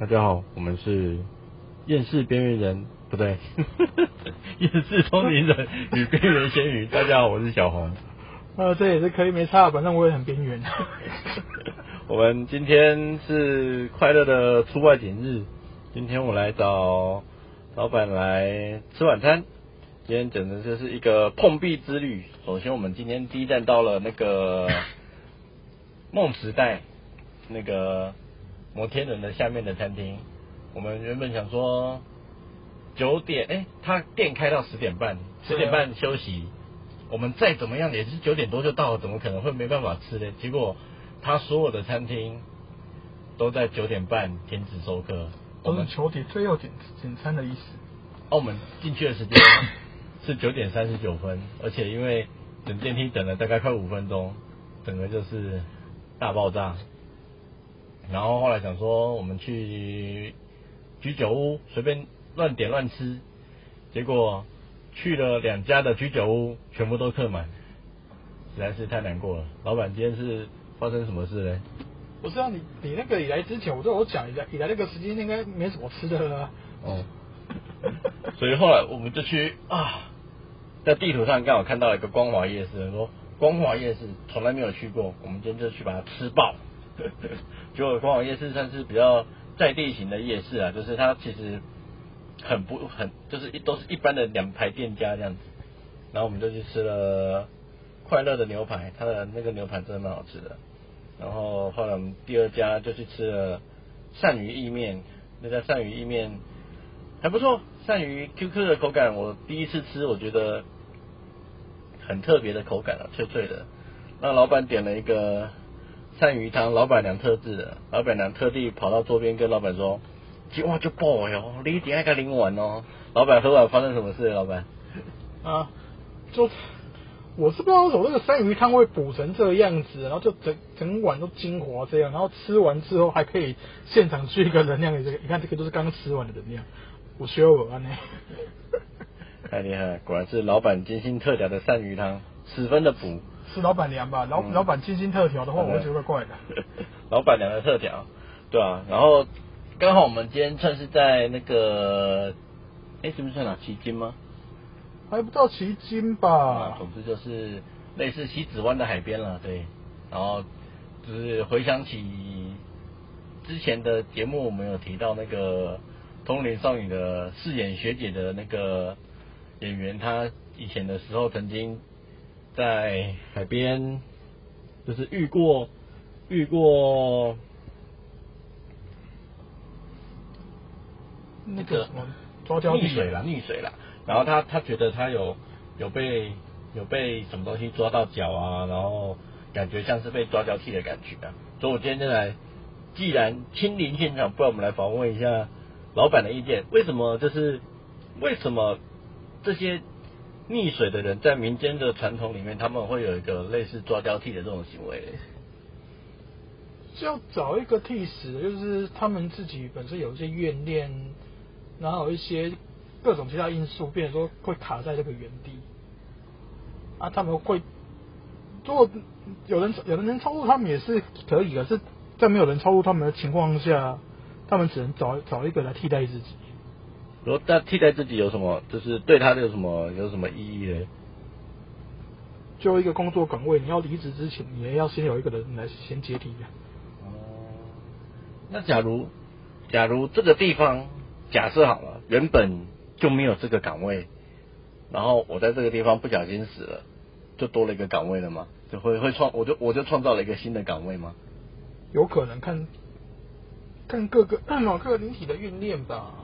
大家好，我们是厌世边缘人，不对，厌世通灵人与边缘仙语。大家好，我是小红。 这也是可以没差，反正我也很边缘。 我们今天是快乐的出外景日，今天我来找老板来吃晚餐。今天简直就是一个碰壁之旅。首先，我们今天第一站到了那个梦时代那个摩天轮的下面的餐厅。我们原本想说9点，他店开到10点半，10点半休息。我们再怎么样也是9点多就到了，怎么可能会没办法吃呢？结果他所有的餐厅都在9点半停止收客。 都是求最后简餐的意思。 我们进去的时间是9点39分，而且因为等电梯等了大概快5分钟，整个就是大爆炸。然后后来想说我们去居酒屋随便乱点乱吃，结果去了2家的居酒屋全部都客满，实在是太难过了。老板今天是发生什么事呢？ 我知道你那个你来之前我都有讲，你来那个时间应该没什么吃的了。 所以后来我们就去在地图上刚好看到一个光华夜市，说光华夜市从来没有去过，我们今天就去把它吃爆。结果光华夜市算是比较在地型的夜市啊，就是它其实就是都是一般的2排店家这样子。然后我们就去吃了快乐的牛排，它的那个牛排真的蛮好吃的。然后后来我们第2家就去吃了鳝鱼意面，那家鳝鱼意面还不错，鳝鱼 QQ 的口感，我第一次吃，我觉得很特别的口感啊，脆脆的。那老板点了一个鳝鱼汤，老板娘特制的，老板娘特地跑到桌边跟老板说：“哇，就爆哟，你一定要给领完哦。”老板喝完发生什么事？老板就我是不知道为什么那个鳝鱼汤会补成这样子，然后就整碗都精华这样，然后吃完之后还可以现场去一个能量的你看这个就是刚吃完的能量，我学我呢。 太厉害了，果然是老板精心特调的鳝鱼汤，10分的补。 是老板娘吧？老板精心特调的话，我会觉得怪的。 老板娘的特调，对啊。然后刚好我们今天算是在那个，是不是在哪？旗津吗？ 还不到旗津吧？ 总之就是类似西子湾的海边了，对。然后就是回想起之前的节目，我们有提到那个通灵少女的饰演学姐的那个演员，她以前的时候曾经在海边就是遇过那个什么抓交替溺水啦。然后他觉得他有被什么东西抓到脚啊，然后感觉像是被抓交替的感觉啊。所以我今天就来，既然亲临现场，不然我们来访问一下老板的意见。为什么这些溺水的人在民间的传统里面，他们会有一个类似抓交替的这种行为？ 是要找一个替死，就是他们自己本身有一些怨念，然后有一些各种其他因素，变成说会卡在这个原地啊。他们会，如果有人能超度他们也是可以的，是在没有人超度他们的情况下，他们只能找一个来替代自己。 如果替代自己有什么，就是对他有什么意义呢？ 就一个工作岗位，你要离职之前，你也要先有一个人来先接替的。 那假如这个地方假设好了，原本就没有这个岗位，然后我在这个地方不小心死了，就多了一个岗位了吗？就会我就创造了一个新的岗位吗？ 有可能看各个灵体的运练吧。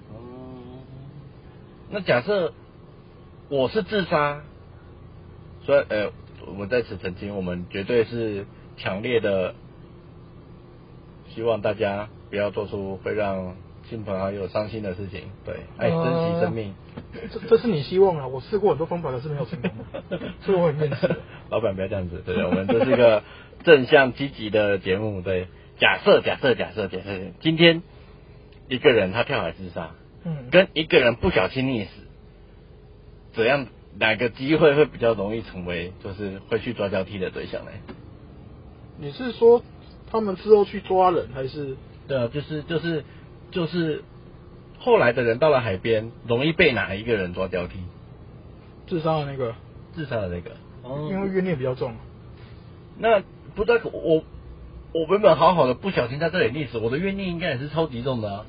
那假设我是自杀，所以我在此澄清，我们绝对是强烈的希望大家不要做出会让亲朋好友伤心的事情，对，爱珍惜生命。 这是你希望啊，我试过很多方法，可是没有成功，所以我很厌世。 老板不要这样子，对，我们这是一个正向积极的节目，对。假设，今天一个人他跳海自杀，跟一个人不小心溺死，哪个机会会比较容易成为就是会去抓交替的对象呢？ 你是说他们之后去抓人，还是？ 对啊，就是就是后来的人到了海边，容易被哪一个人抓交替？ 自杀的那个， 自杀的那个。 因为怨念比较重。 那不对，我原本好好的，不小心在这里溺死，我的怨念应该也是超级重的啊。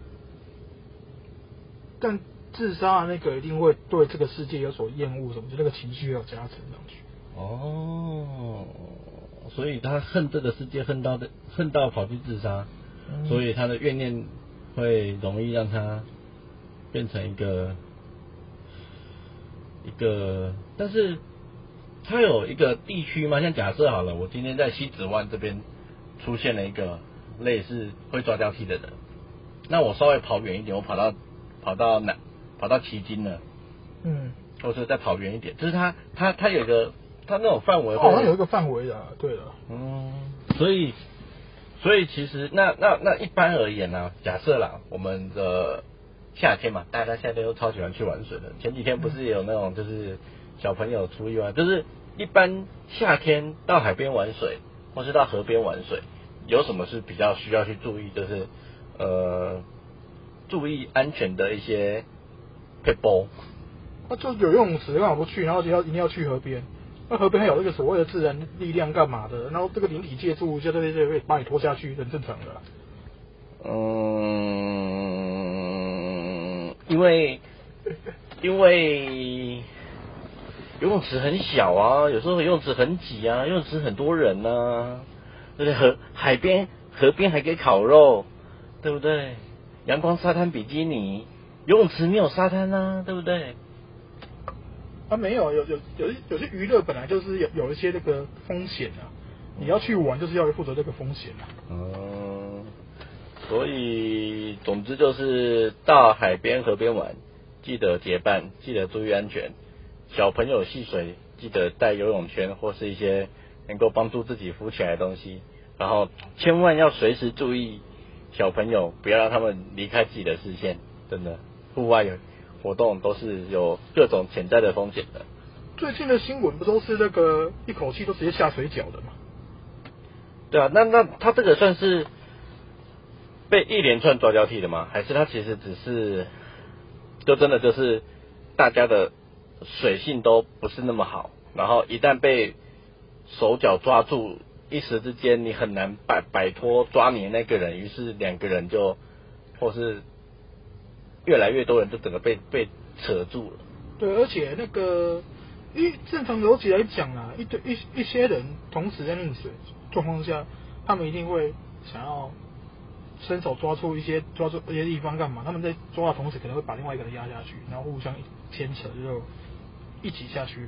但自杀的那个一定会对这个世界有所厌恶，什么就那个情绪要加成上去。 哦，所以他恨这个世界，恨到跑去自杀，所以他的怨念会容易让他变成一个，但是他有一个地区吗？像假设好了，我今天在西子湾这边出现了一个类似会抓交替的人，那我稍微跑远一点，我跑到旗津了，或者再跑远一点，就是他有一个他那种范围， 好像有一个范围的，对了， 所以其实那一般而言呢，假设啦，我们的夏天嘛，大家夏天都超喜欢去玩水的。前几天不是也有那种就是小朋友出意外，就是一般夏天到海边玩水，或是到河边玩水，有什么是比较需要去注意，就是注意安全的一些撇步。 那就有游泳池干嘛不去，然后一定要去河边。那河边还有那个所谓的自然力量干嘛的，然后这个灵体借助就这些会把你拖下去，很正常的啦。 因为游泳池很小啊，有时候游泳池很挤啊，游泳池很多人啊，对不对？河边还可以烤肉，对不对？阳光沙滩比基尼，游泳池没有沙滩啊，对不对？ 没有，有些娱乐本来就是有一些那个风险啊，你要去玩就是要负责这个风险啊。 所以总之就是到海边河边玩，记得结伴，记得注意安全。小朋友戏水，记得带游泳圈或是一些能够帮助自己浮起来的东西，然后千万要随时注意小朋友，不要让他们离开自己的视线。真的，户外活动都是有各种潜在的风险的。 最近的新闻不都是那个一口气都直接下水饺的吗？ 对啊，那他这个算是被一连串抓交替的吗？还是他其实只是就真的就是大家的水性都不是那么好，然后一旦被手脚抓住，一时之间你很难摆脱抓你的那个人，于是两个人就或是越来越多人就整个被扯住了。 对，而且那个正常逻辑来讲啦，一些人同时在溺水状况下，他们一定会想要伸手抓住一些地方干嘛？他们在抓的同时，可能会把另外一个人压下去，然后互相牵扯，就一起下去了。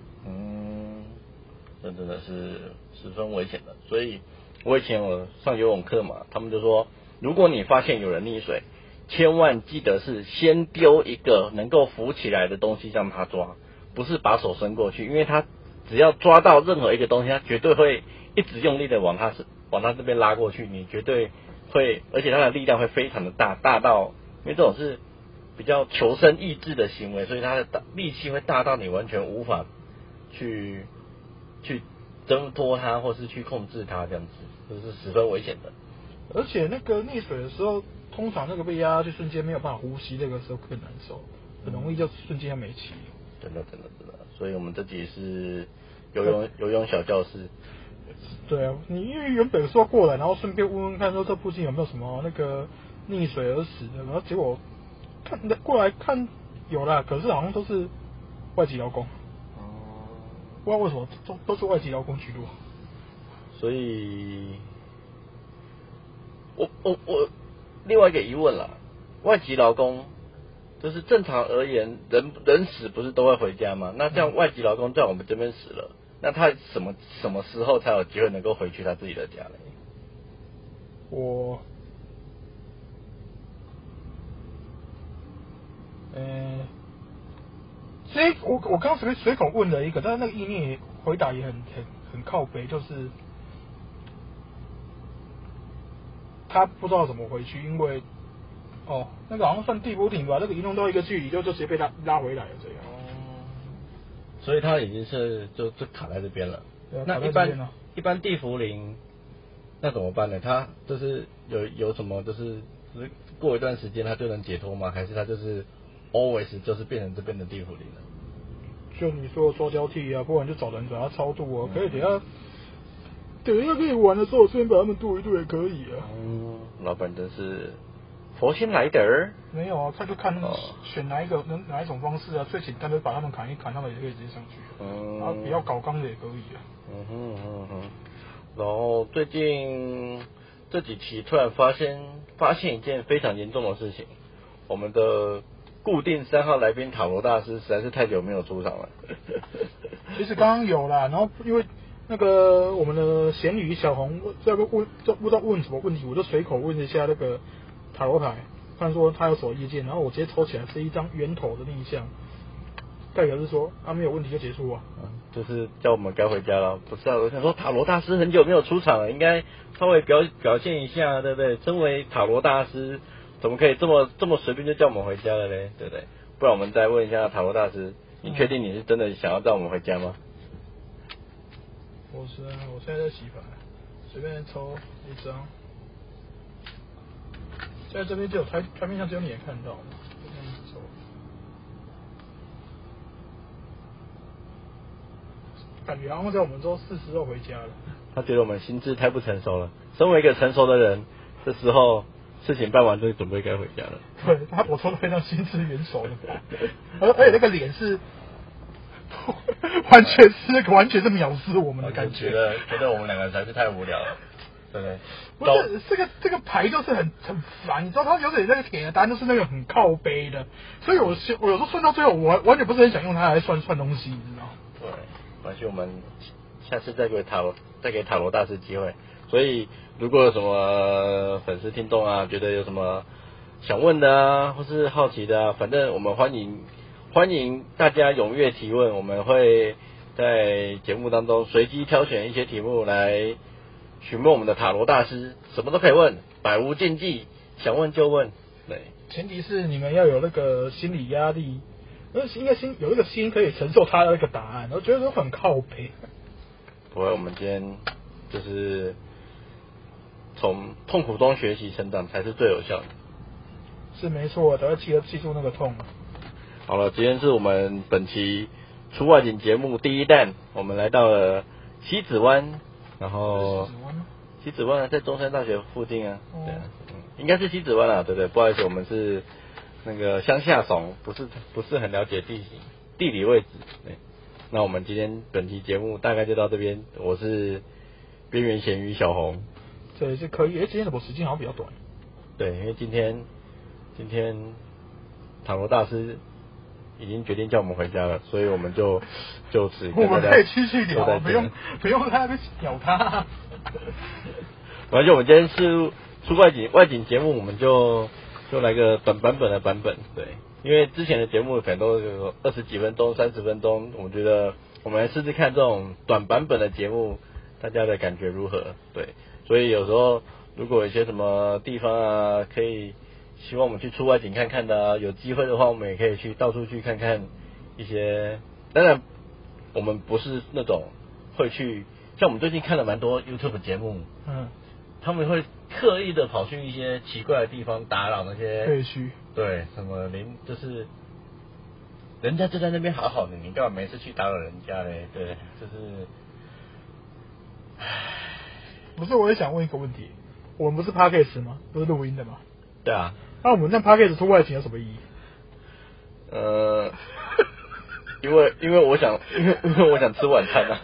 这真的是十分危险的。所以我以前我上游泳课嘛，他们就说，如果你发现有人溺水，千万记得是先丢一个能够浮起来的东西让他抓，不是把手伸过去，因为他只要抓到任何一个东西，他绝对会一直用力的往他这边拉过去，你绝对会，而且他的力量会非常的大到，因为这种是比较求生意志的行为，所以他的力气会大到你完全无法去挣脱它或是去控制它，这样子这是十分危险的。 而且那个溺水的时候，通常那个被压下去瞬间没有办法呼吸，那个时候更难受，很容易就瞬间要没气。 真的，所以我们这集是游泳小教室。 对啊，你因为原本说过来，然后顺便问问看说这附近有没有什么那个溺水而死的，然后结果过来看有啦，可是好像都是外籍劳工。不知道为什么都是外籍劳工居多。 所以我另外一个疑问啦，外籍劳工就是正常而言，人死不是都会回家吗？那这样外籍劳工在我们这边死了，那他什么时候才有机会能够回去他自己的家呢？ 所以我刚随口问了一个，但是那个意念回答也很靠北，就是他不知道怎么回去，因为那个好像算地补艇吧，那个移动到一个距离就直接被拉回来了这样。 所以他已经是就卡在这边了。那一般地茯苓那怎么办呢？他就是有什么就是只是过一段时间他就能解脱吗？还是他就是 always 就是变成这边的地府灵了？ 就你说的抓交替啊，不然就找人把它超度啊，可以等一下可以玩的时候，顺便把他们渡一渡也可以啊。 老板真是佛心来得儿。 没有啊，他就看选哪一种方式啊，最简单的把他们砍一砍，他们也可以直接上去。然后比较搞纲的也可以啊。 然后最近这几期突然发现一件非常严重的事情，我们的固定3号来宾塔罗大师实在是太久没有出场了。 其实刚刚有啦，然后因为那个我们的咸鱼小红这个不知道问什么问题，我就随口问一下那个塔罗牌，看说他有什么意见，然后我直接抽起来是一张圆头的逆向，代表是说没有问题就结束啊。 就是叫我们该回家了，不是啊？我想说塔罗大师很久没有出场了，应该稍微表现一下，对不对？身为塔罗大师，怎么可以这么随便就叫我们回家了嘞？对不对？不然我们再问一下塔罗大师，你确定你是真的想要带我们回家吗？ 我现在在洗牌，随便抽一张。现在这边只有台面上只有你也看到，就这样子抽。感觉好像在我们都40后回家了。 他觉得我们心智太不成熟了。身为一个成熟的人，这时候事情办完就准备该回家了。 对，我抽的非常心智元首的牌，而且那个脸是完全是藐视我们的感觉。 觉得我们2个才是太无聊了，对不对？ 不是这个牌就是很烦，你知道他有点那个给的答案就是那个很靠背的，所以我有时候算到最后，我完全不是很想用它来算东西，你知道吗？ 对，关系我们下次再给塔罗大师机会。所以如果有什么粉丝听众啊，觉得有什么想问的啊，或是好奇的啊，反正我们欢迎大家踊跃提问，我们会在节目当中随机挑选一些题目来询问我们的塔罗大师，什么都可以问，百无禁忌，想问就问。对， 前提是你们要有那个心理压力，应该有那个心可以承受他的那个答案，我觉得都很靠背。 不会，我们今天就是从痛苦中学习成长才是最有效的。 是没错，才会记住那个痛。 好了，今天是我们本期出外景节目第1弹，我们来到了西子湾，然后西子湾在中山大学附近啊，对啊，应该是西子湾啊，对不对？不好意思，我们是那个乡下怂，不是很了解地理位置。对，那我们今天本期节目大概就到这边，我是边缘咸鱼小红。 对，是可以。今天的时间好像比较短。 对，因为今天塔罗大师已经决定叫我们回家了，所以我们就此我们可以继续聊，不用在那边咬他。 反正我们今天是出外景节目，我们就来个短版本的版本。对，因为之前的节目可能都有20几分钟、30分钟，我觉得我们来试试看这种短版本的节目，大家的感觉如何？对，所以有时候如果有一些什么地方啊，可以希望我们去出外景看看的啊，有机会的话，我们也可以去到处去看看一些。当然，我们不是那种会去，像我们最近看了蛮多 YouTube 节目，他们会刻意的跑去一些奇怪的地方打扰那些废墟， 对，什么就是人家就在那边好好的，你干嘛没事去打扰人家嘞？对，就是， 不是，我也想问一个问题，我们不是 Podcast 吗？不是录音的吗？ 对啊。 那我们在 Podcast 出外景有什么意义？ 因为我想吃晚餐啊。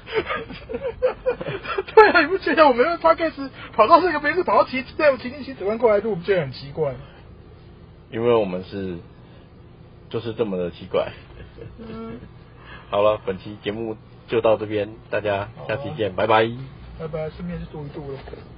对啊，你不觉得我们 Podcast 跑到这个没事跑到骑进西子湾过来录，不觉得很奇怪吗？ 因为我们就是这么的奇怪。好了，本期节目就到这边，大家下期见，拜拜。 拜拜，顺便去度一度了。